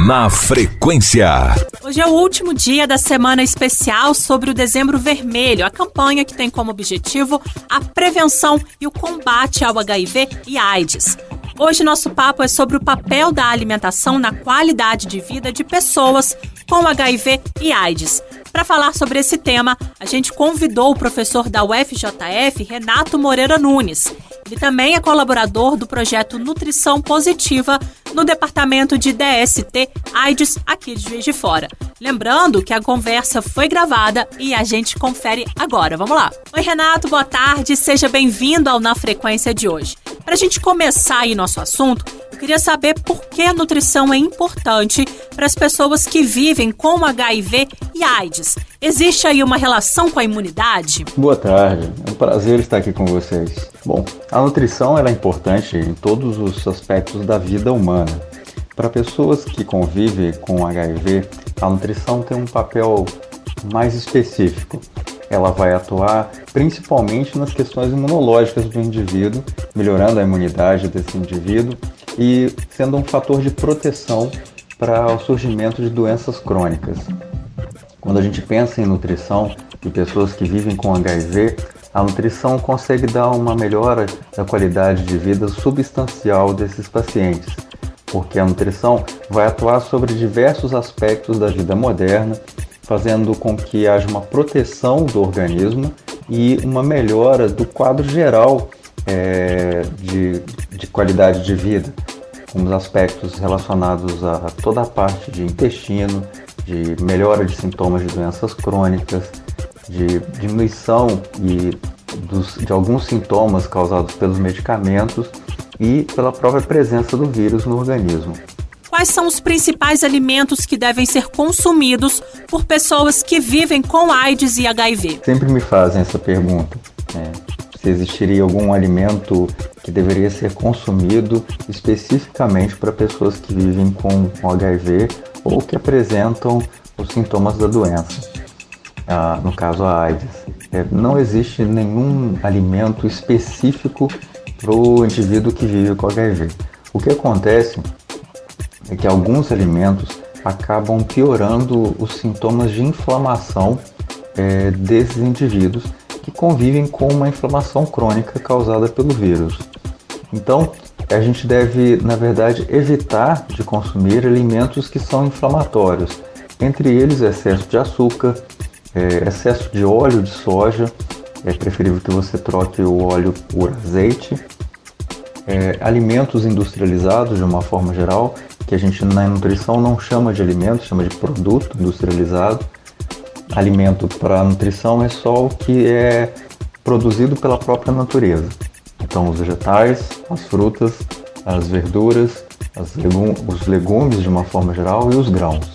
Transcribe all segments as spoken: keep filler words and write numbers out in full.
Na Frequência. Hoje é o último dia da semana especial sobre o Dezembro Vermelho, a campanha que tem como objetivo a prevenção e o combate ao H I V e AIDS. Hoje nosso papo é sobre o papel da alimentação na qualidade de vida de pessoas com H I V e AIDS. Para falar sobre esse tema, a gente convidou o professor da U F J F, Renato Moreira Nunes. Ele também é colaborador do projeto Nutrição Positiva no Departamento de D S T AIDS aqui de Juiz de Fora. Lembrando que a conversa foi gravada e a gente confere agora. Vamos lá. Oi, Renato, boa tarde. Seja bem-vindo ao Na Frequência de hoje. Para a gente começar aí nosso assunto, eu queria saber por que a nutrição é importante para as pessoas que vivem com H I V e AIDS. Existe aí uma relação com a imunidade? Boa tarde, é um prazer estar aqui com vocês. Bom, a nutrição ela é importante em todos os aspectos da vida humana. Para pessoas que convivem com H I V, a nutrição tem um papel mais específico. Ela vai atuar principalmente nas questões imunológicas do indivíduo, melhorando a imunidade desse indivíduo e sendo um fator de proteção para o surgimento de doenças crônicas. Quando a gente pensa em nutrição de pessoas que vivem com H I V, a nutrição consegue dar uma melhora da qualidade de vida substancial desses pacientes, porque a nutrição vai atuar sobre diversos aspectos da vida moderna, fazendo com que haja uma proteção do organismo e uma melhora do quadro geral é, de, de qualidade de vida, com os aspectos relacionados a toda a parte de intestino, de melhora de sintomas de doenças crônicas, de diminuição e dos, de alguns sintomas causados pelos medicamentos e pela própria presença do vírus no organismo. Quais são os principais alimentos que devem ser consumidos por pessoas que vivem com AIDS e H I V? Sempre me fazem essa pergunta, né? Se existiria algum alimento que deveria ser consumido especificamente para pessoas que vivem com H I V ou que apresentam os sintomas da doença, ah, no caso a AIDS. É, não existe nenhum alimento específico para o indivíduo que vive com H I V. O que acontece é que alguns alimentos acabam piorando os sintomas de inflamação é, desses indivíduos que convivem com uma inflamação crônica causada pelo vírus. Então, a gente deve, na verdade, evitar de consumir alimentos que são inflamatórios, entre eles excesso de açúcar, é, excesso de óleo de soja, é preferível que você troque o óleo por azeite, é, alimentos industrializados de uma forma geral, que a gente na nutrição não chama de alimento, chama de produto industrializado. Alimento para nutrição é só o que é produzido pela própria natureza. Então os vegetais, as frutas, as verduras, as legum- os legumes de uma forma geral e os grãos.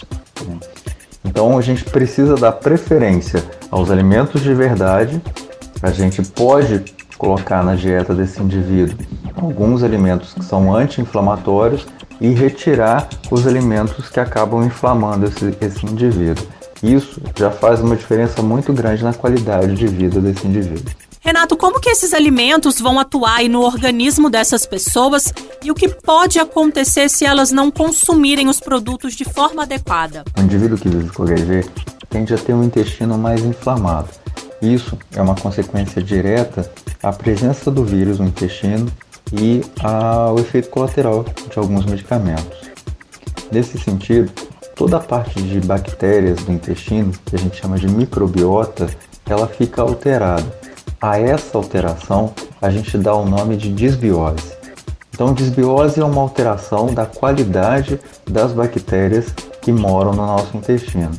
Então a gente precisa dar preferência aos alimentos de verdade. A gente pode colocar na dieta desse indivíduo alguns alimentos que são anti-inflamatórios e retirar os alimentos que acabam inflamando esse, esse indivíduo. Isso já faz uma diferença muito grande na qualidade de vida desse indivíduo. Renato, como que esses alimentos vão atuar aí no organismo dessas pessoas e o que pode acontecer se elas não consumirem os produtos de forma adequada? O indivíduo que vive com H I V tende a ter um intestino mais inflamado. Isso é uma consequência direta à presença do vírus no intestino e ao efeito colateral de alguns medicamentos. Nesse sentido, toda a parte de bactérias do intestino, que a gente chama de microbiota, ela fica alterada. A essa alteração, a gente dá o nome de disbiose. Então, disbiose é uma alteração da qualidade das bactérias que moram no nosso intestino.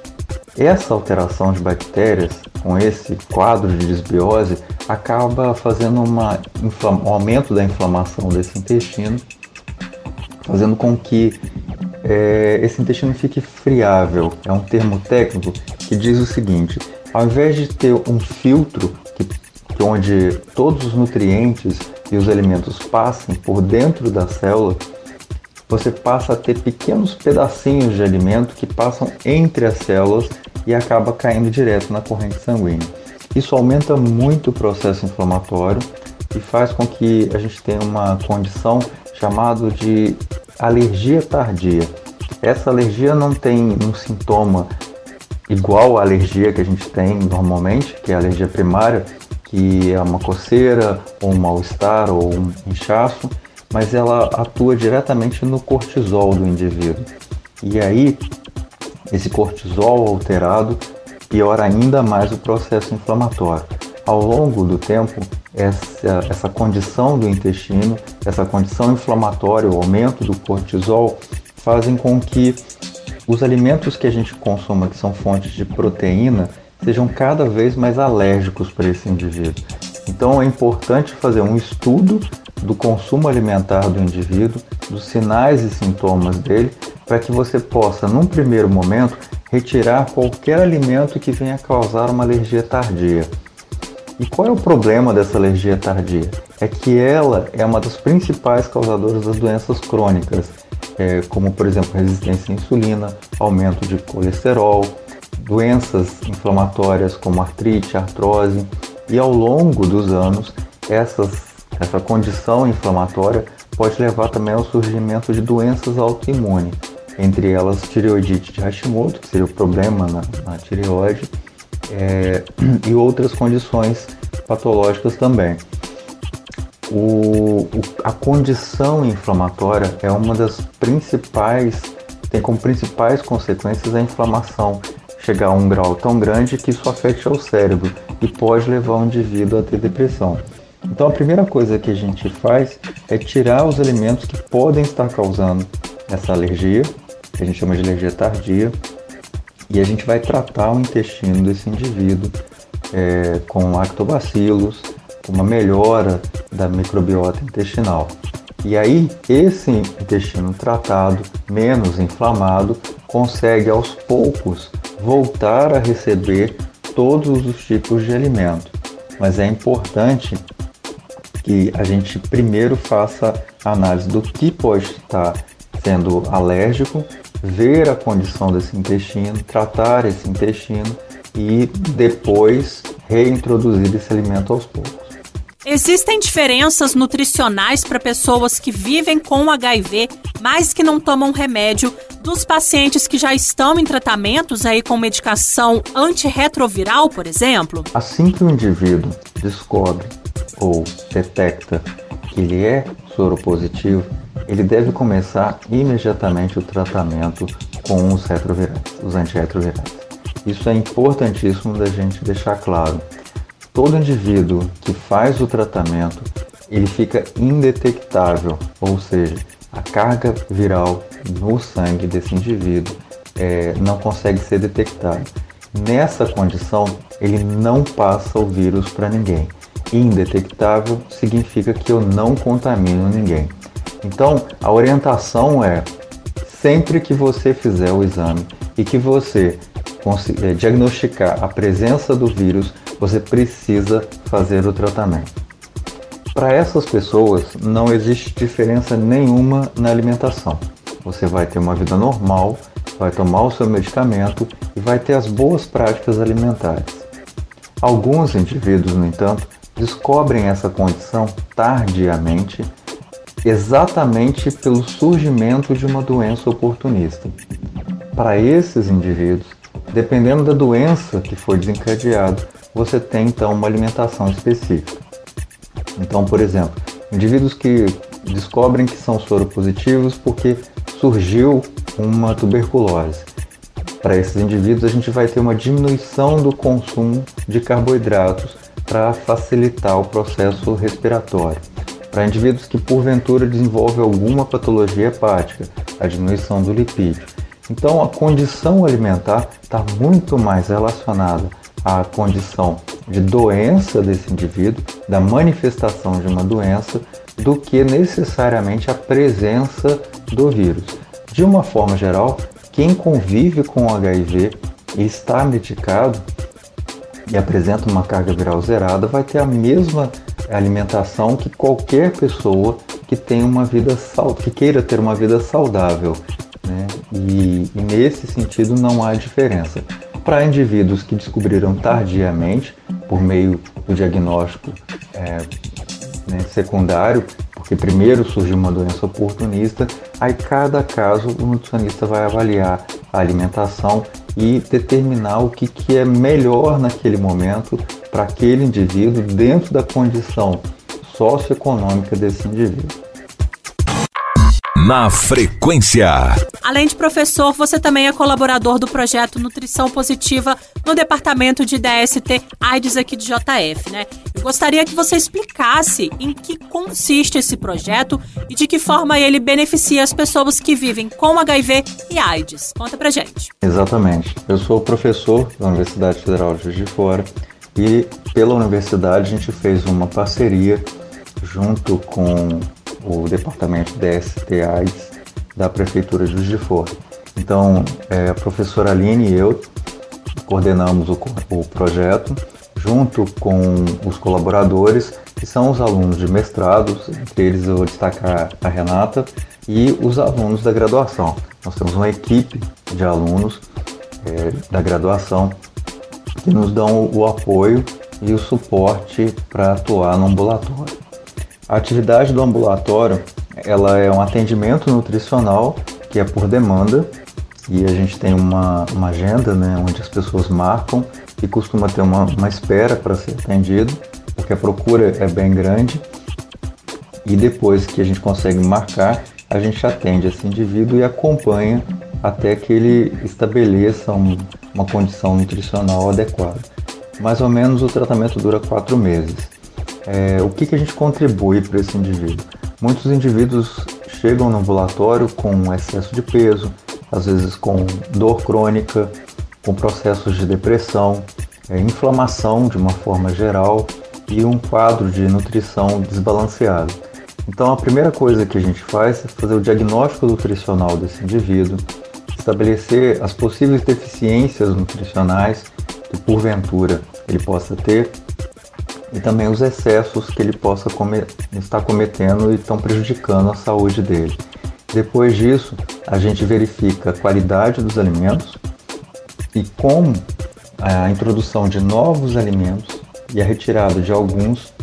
Essa alteração de bactérias, com esse quadro de disbiose, acaba fazendo uma, um aumento da inflamação desse intestino, fazendo com que é, esse intestino fique friável. É um termo técnico que diz o seguinte: ao invés de ter um filtro que, que onde todos os nutrientes e os alimentos passem por dentro da célula, você passa a ter pequenos pedacinhos de alimento que passam entre as células e acaba caindo direto na corrente sanguínea. Isso aumenta muito o processo inflamatório e faz com que a gente tenha uma condição chamada de alergia tardia. essa alergia não tem um sintoma igual à alergia que a gente tem normalmente, que é a alergia primária, que é uma coceira, ou um mal-estar, ou um inchaço, mas ela atua diretamente no cortisol do indivíduo. E aí, esse cortisol alterado piora ainda mais o processo inflamatório. Ao longo do tempo, essa, essa condição do intestino, essa condição inflamatória, o aumento do cortisol, fazem com que os alimentos que a gente consuma, que são fontes de proteína, sejam cada vez mais alérgicos para esse indivíduo. Então é importante fazer um estudo do consumo alimentar do indivíduo, dos sinais e sintomas dele, para que você possa, num primeiro momento, retirar qualquer alimento que venha causar uma alergia tardia. E qual é o problema dessa alergia tardia? É que ela é uma das principais causadoras das doenças crônicas, é, como, por exemplo, resistência à insulina, aumento de colesterol, doenças inflamatórias como artrite, artrose, e ao longo dos anos, essas, essa condição inflamatória pode levar também ao surgimento de doenças autoimunes, entre elas tireoidite de Hashimoto, que seria o problema na, na tireoide, é, e outras condições patológicas também. O, o, a condição inflamatória é uma das principais, tem como principais consequências a inflamação chegar a um grau tão grande que isso afete ao cérebro e pode levar o indivíduo a ter depressão. Então a primeira coisa que a gente faz é tirar os alimentos que podem estar causando essa alergia, que a gente chama de alergia tardia, e a gente vai tratar o intestino desse indivíduo é, com lactobacilos, com uma melhora da microbiota intestinal. E aí, esse intestino tratado, menos inflamado, consegue aos poucos voltar a receber todos os tipos de alimento. Mas é importante que a gente primeiro faça a análise do que pode estar sendo alérgico, ver a condição desse intestino, tratar esse intestino e depois reintroduzir esse alimento aos poucos. Existem diferenças nutricionais para pessoas que vivem com H I V, mas que não tomam remédio, dos pacientes que já estão em tratamentos aí com medicação antirretroviral, por exemplo? Assim que o indivíduo descobre ou detecta que ele é soropositivo, ele deve começar imediatamente o tratamento com os retrovirais, os antirretrovirais. Isso é importantíssimo da gente deixar claro. Todo indivíduo que faz o tratamento, ele fica indetectável, ou seja, a carga viral no sangue desse indivíduo é, não consegue ser detectada. Nessa condição, ele não passa o vírus para ninguém. Indetectável significa que eu não contamino ninguém. Então, a orientação é, sempre que você fizer o exame e que você diagnosticar a presença do vírus, você precisa fazer o tratamento. Para essas pessoas, não existe diferença nenhuma na alimentação. Você vai ter uma vida normal, vai tomar o seu medicamento e vai ter as boas práticas alimentares. Alguns indivíduos, no entanto, descobrem essa condição tardiamente, exatamente pelo surgimento de uma doença oportunista. Para esses indivíduos, dependendo da doença que foi desencadeada, você tem então uma alimentação específica. Então, por exemplo, indivíduos que descobrem que são soropositivos porque surgiu uma tuberculose. Para esses indivíduos, a gente vai ter uma diminuição do consumo de carboidratos para facilitar o processo respiratório. Para indivíduos que porventura desenvolvem alguma patologia hepática, a diminuição do lipídio. Então, a condição alimentar está muito mais relacionada à condição de doença desse indivíduo, da manifestação de uma doença, do que necessariamente a presença do vírus. De uma forma geral, quem convive com o H I V e está medicado e apresenta uma carga viral zerada vai ter a mesma alimentação que qualquer pessoa que tenha uma vida que queira ter uma vida saudável, né? E, e nesse sentido não há diferença. Para indivíduos que descobriram tardiamente, por meio do diagnóstico é, né, secundário, porque se primeiro surgiu uma doença oportunista, aí cada caso o nutricionista vai avaliar a alimentação e determinar o que, que é melhor naquele momento para aquele indivíduo dentro da condição socioeconômica desse indivíduo. Na Frequência. Além de professor, você também é colaborador do projeto Nutrição Positiva no Departamento de D S T AIDS aqui de J F, né? Eu gostaria que você explicasse em que consiste esse projeto e de que forma ele beneficia as pessoas que vivem com H I V e AIDS. Conta pra gente. Exatamente. Eu sou professor da Universidade Federal de Juiz de Fora e pela universidade a gente fez uma parceria junto com o Departamento D S T AIDS da Prefeitura de Juiz de Fora. Então, é, a professora Aline e eu coordenamos o, o projeto junto com os colaboradores, que são os alunos de mestrados, entre eles eu vou destacar a Renata, e os alunos da graduação. Nós temos uma equipe de alunos é, da graduação que nos dão o apoio e o suporte para atuar no ambulatório. A atividade do ambulatório, ela é um atendimento nutricional que é por demanda e a gente tem uma, uma agenda, né, onde as pessoas marcam e costuma ter uma, uma espera para ser atendido, porque a procura é bem grande e depois que a gente consegue marcar, a gente atende esse indivíduo e acompanha até que ele estabeleça um, uma condição nutricional adequada. Mais ou menos o tratamento dura quatro meses. É, o que, que a gente contribui para esse indivíduo? Muitos indivíduos chegam no ambulatório com excesso de peso, às vezes com dor crônica, com processos de depressão, é, inflamação de uma forma geral e um quadro de nutrição desbalanceado. Então a primeira coisa que a gente faz é fazer o diagnóstico nutricional desse indivíduo, estabelecer as possíveis deficiências nutricionais que porventura ele possa ter e também os excessos que ele possa come- estar cometendo e estão prejudicando a saúde dele. Depois disso, a gente verifica a qualidade dos alimentos e como a introdução de novos alimentos e a retirada de alguns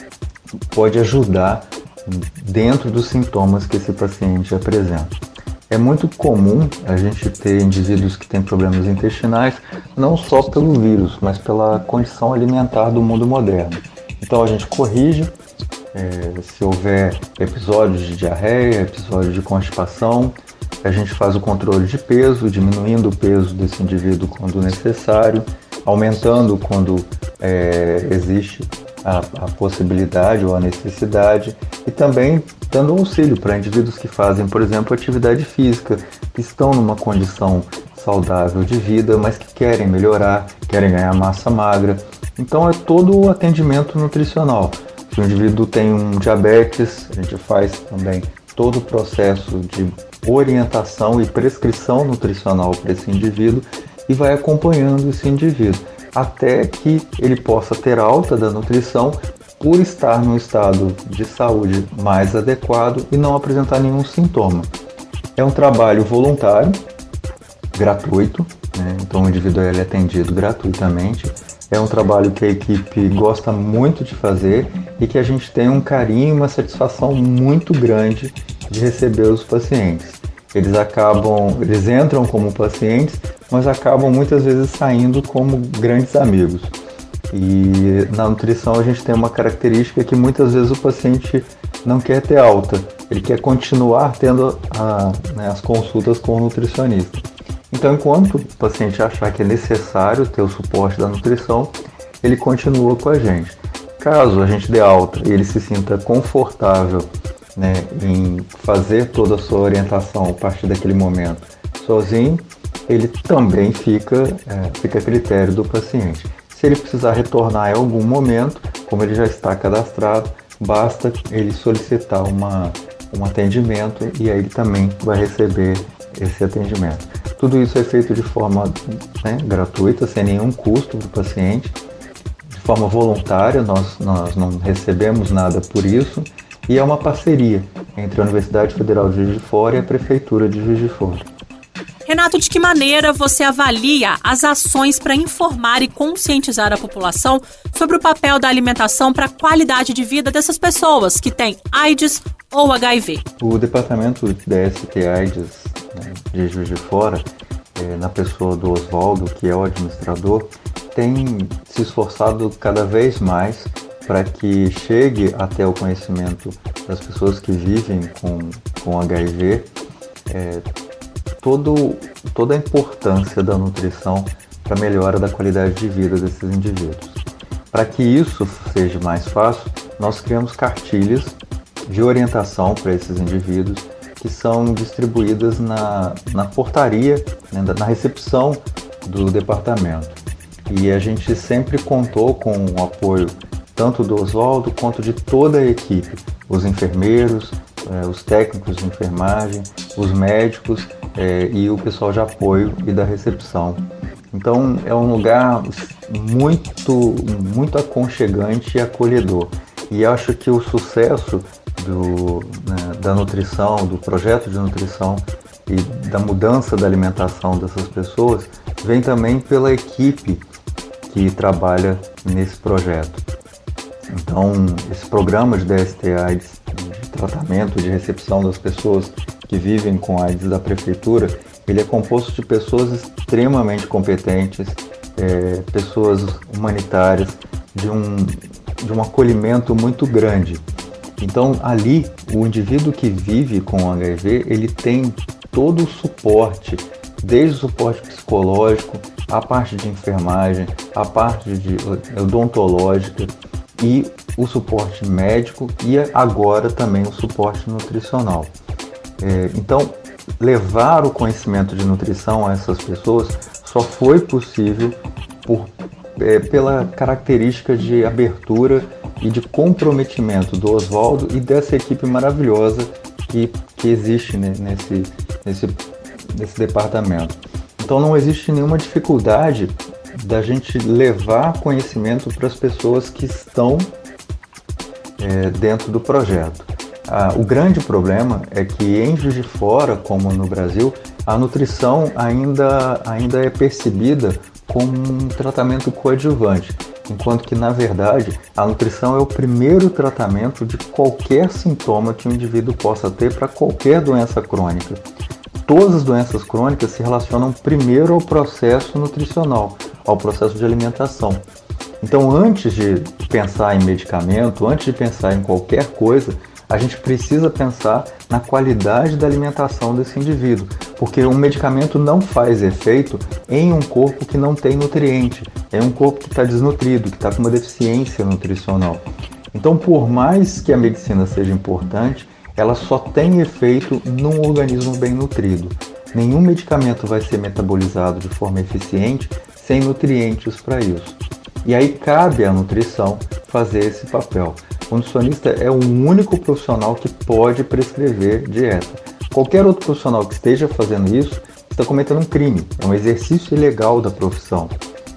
pode ajudar dentro dos sintomas que esse paciente apresenta. É muito comum a gente ter indivíduos que têm problemas intestinais, não só pelo vírus, mas pela condição alimentar do mundo moderno. Então a gente corrige é, se houver episódios de diarreia, episódios de constipação, a gente faz o controle de peso, diminuindo o peso desse indivíduo quando necessário, aumentando quando é, existe a, a possibilidade ou a necessidade, e também dando auxílio para indivíduos que fazem, por exemplo, atividade física, que estão numa condição saudável de vida, mas que querem melhorar, querem ganhar massa magra. Então é todo o atendimento nutricional. Se o indivíduo tem um diabetes, a gente faz também todo o processo de orientação e prescrição nutricional para esse indivíduo e vai acompanhando esse indivíduo até que ele possa ter alta da nutrição por estar num estado de saúde mais adequado e não apresentar nenhum sintoma. É um trabalho voluntário, gratuito, né? Então o indivíduo é atendido gratuitamente. É um trabalho que a equipe gosta muito de fazer e que a gente tem um carinho e uma satisfação muito grande de receber os pacientes. Eles acabam, eles entram como pacientes, mas acabam muitas vezes saindo como grandes amigos. E na nutrição a gente tem uma característica que muitas vezes o paciente não quer ter alta, ele quer continuar tendo a, né, as consultas com o nutricionista. Então, enquanto o paciente achar que é necessário ter o suporte da nutrição, ele continua com a gente. Caso a gente dê alta e ele se sinta confortável, né, em fazer toda a sua orientação a partir daquele momento sozinho, ele também fica, é, fica a critério do paciente. Se ele precisar retornar em algum momento, como ele já está cadastrado, basta ele solicitar uma, um atendimento e aí ele também vai receber esse atendimento. Tudo isso é feito de forma, né, gratuita, sem nenhum custo para o paciente, de forma voluntária, nós, nós não recebemos nada por isso, e é uma parceria entre a Universidade Federal de Juiz de Fora e a Prefeitura de Juiz de Fora. Renato, de que maneira você avalia as ações para informar e conscientizar a população sobre o papel da alimentação para a qualidade de vida dessas pessoas que têm AIDS ou H I V? O Departamento de D S T AIDS, né, de Juiz de Fora, é, na pessoa do Oswaldo, que é o administrador, tem se esforçado cada vez mais para que chegue até o conhecimento das pessoas que vivem com, com H I V é, todo, toda a importância da nutrição para a melhora da qualidade de vida desses indivíduos. Para que isso seja mais fácil, nós criamos cartilhas de orientação para esses indivíduos que são distribuídas na, na portaria, né, na recepção do departamento. E a gente sempre contou com o apoio tanto do Oswaldo quanto de toda a equipe, os enfermeiros, eh, os técnicos de enfermagem, os médicos eh, e o pessoal de apoio e da recepção. Então é um lugar muito, muito aconchegante e acolhedor. E acho que o sucesso do, né, da nutrição, do projeto de nutrição e da mudança da alimentação dessas pessoas vem também pela equipe que trabalha nesse projeto. Então, esse programa de D S T AIDS, de tratamento, de recepção das pessoas que vivem com AIDS da Prefeitura, ele é composto de pessoas extremamente competentes, é, pessoas humanitárias, de um, de um acolhimento muito grande. Então, ali, o indivíduo que vive com H I V, ele tem todo o suporte, desde o suporte psicológico, a parte de enfermagem, a parte de odontológica e o suporte médico e agora também o suporte nutricional. É, então, levar o conhecimento de nutrição a essas pessoas só foi possível por, é, pela característica de abertura e de comprometimento do Oswaldo e dessa equipe maravilhosa que, que existe, né, nesse, nesse, nesse departamento. Então não existe nenhuma dificuldade da gente levar conhecimento para as pessoas que estão é, dentro do projeto. Ah, o grande problema é que em Juiz de Fora, como no Brasil, a nutrição ainda, ainda é percebida como um tratamento coadjuvante, enquanto que, na verdade, a nutrição é o primeiro tratamento de qualquer sintoma que o indivíduo possa ter para qualquer doença crônica. Todas as doenças crônicas se relacionam primeiro ao processo nutricional, ao processo de alimentação. Então, antes de pensar em medicamento, antes de pensar em qualquer coisa, a gente precisa pensar na qualidade da alimentação desse indivíduo, porque um medicamento não faz efeito em um corpo que não tem nutriente, é um corpo que está desnutrido, que está com uma deficiência nutricional. Então, por mais que a medicina seja importante, ela só tem efeito num organismo bem nutrido. Nenhum medicamento vai ser metabolizado de forma eficiente sem nutrientes para isso. E aí cabe à nutrição fazer esse papel. O nutricionista é o único profissional que pode prescrever dieta. Qualquer outro profissional que esteja fazendo isso está cometendo um crime, é um exercício ilegal da profissão,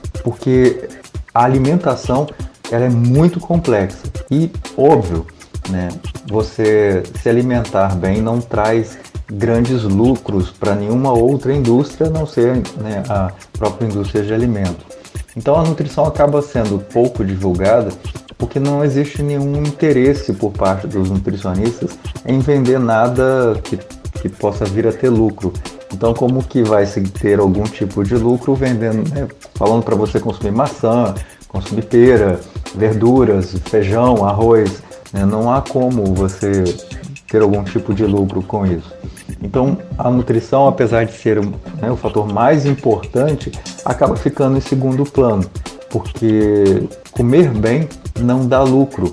porque a alimentação ela é muito complexa e, óbvio, né, você se alimentar bem não traz grandes lucros para nenhuma outra indústria, a não ser, né, a própria indústria de alimento. Então a nutrição acaba sendo pouco divulgada porque não existe nenhum interesse por parte dos nutricionistas em vender nada que, que possa vir a ter lucro. Então, como que vai se ter algum tipo de lucro vendendo, né, falando para você consumir maçã, consumir pera, verduras, feijão, arroz, né, não há como você ter algum tipo de lucro com isso. Então, a nutrição, apesar de ser, né, o fator mais importante, acaba ficando em segundo plano, porque comer bem não dá lucro,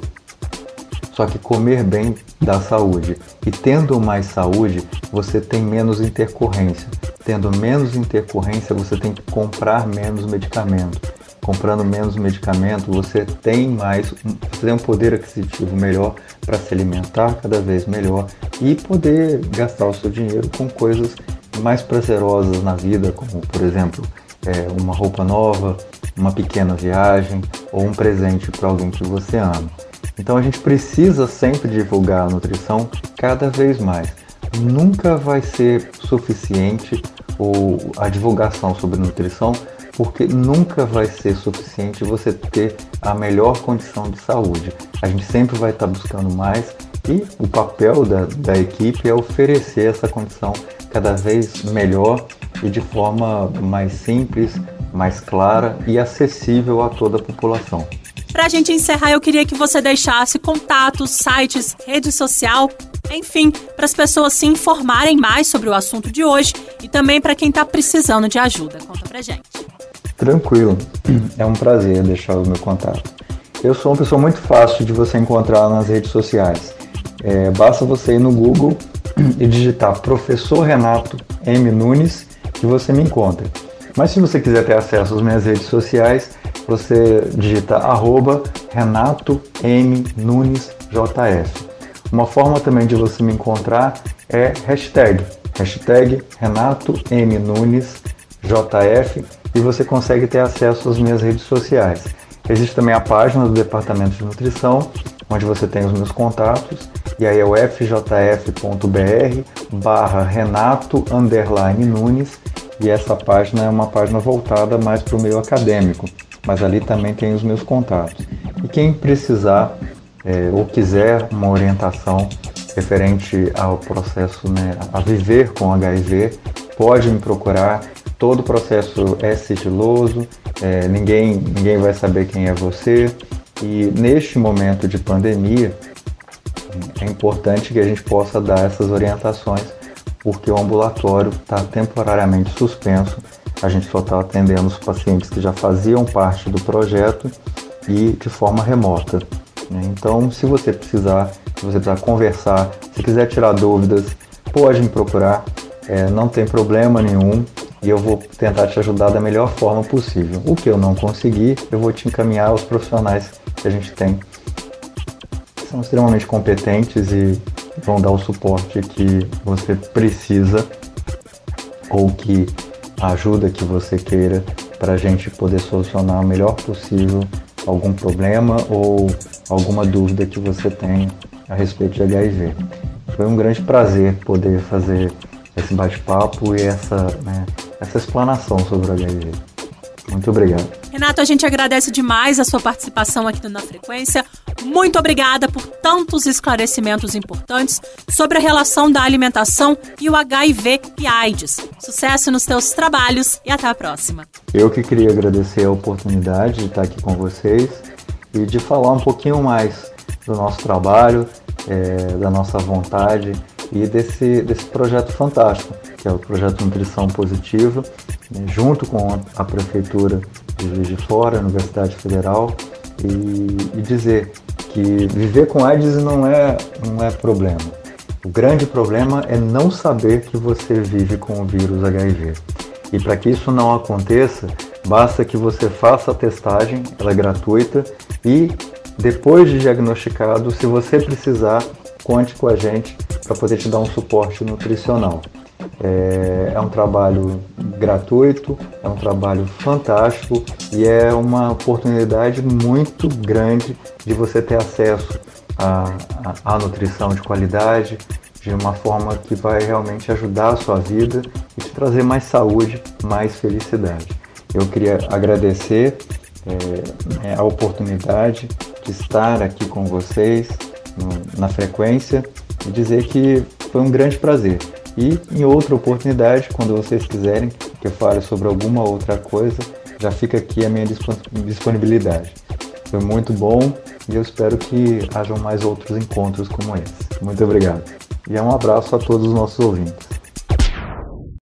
só que comer bem dá saúde. E tendo mais saúde, você tem menos intercorrência. Tendo menos intercorrência, você tem que comprar menos medicamento. Comprando menos medicamento, você tem mais, você tem um poder aquisitivo melhor para se alimentar cada vez melhor e poder gastar o seu dinheiro com coisas mais prazerosas na vida, como, por exemplo, é, uma roupa nova, uma pequena viagem ou um presente para alguém que você ama. Então a gente precisa sempre divulgar a nutrição cada vez mais. Nunca vai ser suficiente ou a divulgação sobre nutrição, porque nunca vai ser suficiente você ter a melhor condição de saúde. A gente sempre vai estar buscando mais e o papel da, da equipe é oferecer essa condição cada vez melhor e de forma mais simples, mais clara e acessível a toda a população. Para a gente encerrar, eu queria que você deixasse contatos, sites, rede social, enfim, para as pessoas se informarem mais sobre o assunto de hoje e também para quem está precisando de ajuda. Conta pra gente. Tranquilo, é um prazer deixar o meu contato. Eu sou uma pessoa muito fácil de você encontrar nas redes sociais. É, basta você ir no Google e digitar Professor Renato M. Nunes que você me encontra. Mas se você quiser ter acesso às minhas redes sociais, você digita arroba Renato M. Nunes J F. Uma forma também de você me encontrar é hashtag, hashtag Renato M. Nunes J F, e você consegue ter acesso às minhas redes sociais. Existe também a página do Departamento de Nutrição, onde você tem os meus contatos, e aí é o f j f ponto b r barra Renato underline Nunes, e essa página é uma página voltada mais para o meio acadêmico, mas ali também tem os meus contatos. E quem precisar é, ou quiser uma orientação referente ao processo, né, a viver com H I V, pode me procurar. Todo o processo é sigiloso, é, ninguém, ninguém vai saber quem é você, e neste momento de pandemia é importante que a gente possa dar essas orientações, porque o ambulatório está temporariamente suspenso, a gente só está atendendo os pacientes que já faziam parte do projeto e de forma remota. Né? Então, se você precisar, se você precisar conversar, se quiser tirar dúvidas, pode me procurar, é, não tem problema nenhum. E eu vou tentar te ajudar da melhor forma possível. O que eu não conseguir, eu vou te encaminhar aos profissionais que a gente tem, que são extremamente competentes e vão dar o suporte que você precisa ou que a ajuda que você queira para a gente poder solucionar o melhor possível algum problema ou alguma dúvida que você tem a respeito de H I V. Foi um grande prazer poder fazer esse bate-papo e essa, né, essa explanação sobre o H I V. Muito obrigado. Renato, a gente agradece demais a sua participação aqui no Na Frequência. Muito obrigada por tantos esclarecimentos importantes sobre a relação da alimentação e o H I V e AIDS. Sucesso nos teus trabalhos e até a próxima. Eu que queria agradecer a oportunidade de estar aqui com vocês e de falar um pouquinho mais do nosso trabalho, é, da nossa vontade e desse, desse projeto fantástico, que é o Projeto Nutrição Positiva, né, junto com a Prefeitura de Juiz de Fora, a Universidade Federal, e, e dizer que viver com AIDS não é, não é problema. O grande problema é não saber que você vive com o vírus H I V. E para que isso não aconteça, basta que você faça a testagem, ela é gratuita, e depois de diagnosticado, se você precisar, conte com a gente para poder te dar um suporte nutricional. É, é um trabalho gratuito, é um trabalho fantástico e é uma oportunidade muito grande de você ter acesso à, à, à nutrição de qualidade, de uma forma que vai realmente ajudar a sua vida e te trazer mais saúde, mais felicidade. Eu queria agradecer é, a oportunidade de estar aqui com vocês no, na frequência e dizer que foi um grande prazer. E em outra oportunidade, quando vocês quiserem que eu fale sobre alguma outra coisa, já fica aqui a minha disponibilidade. Foi muito bom e eu espero que hajam mais outros encontros como esse. Muito obrigado. E um abraço a todos os nossos ouvintes.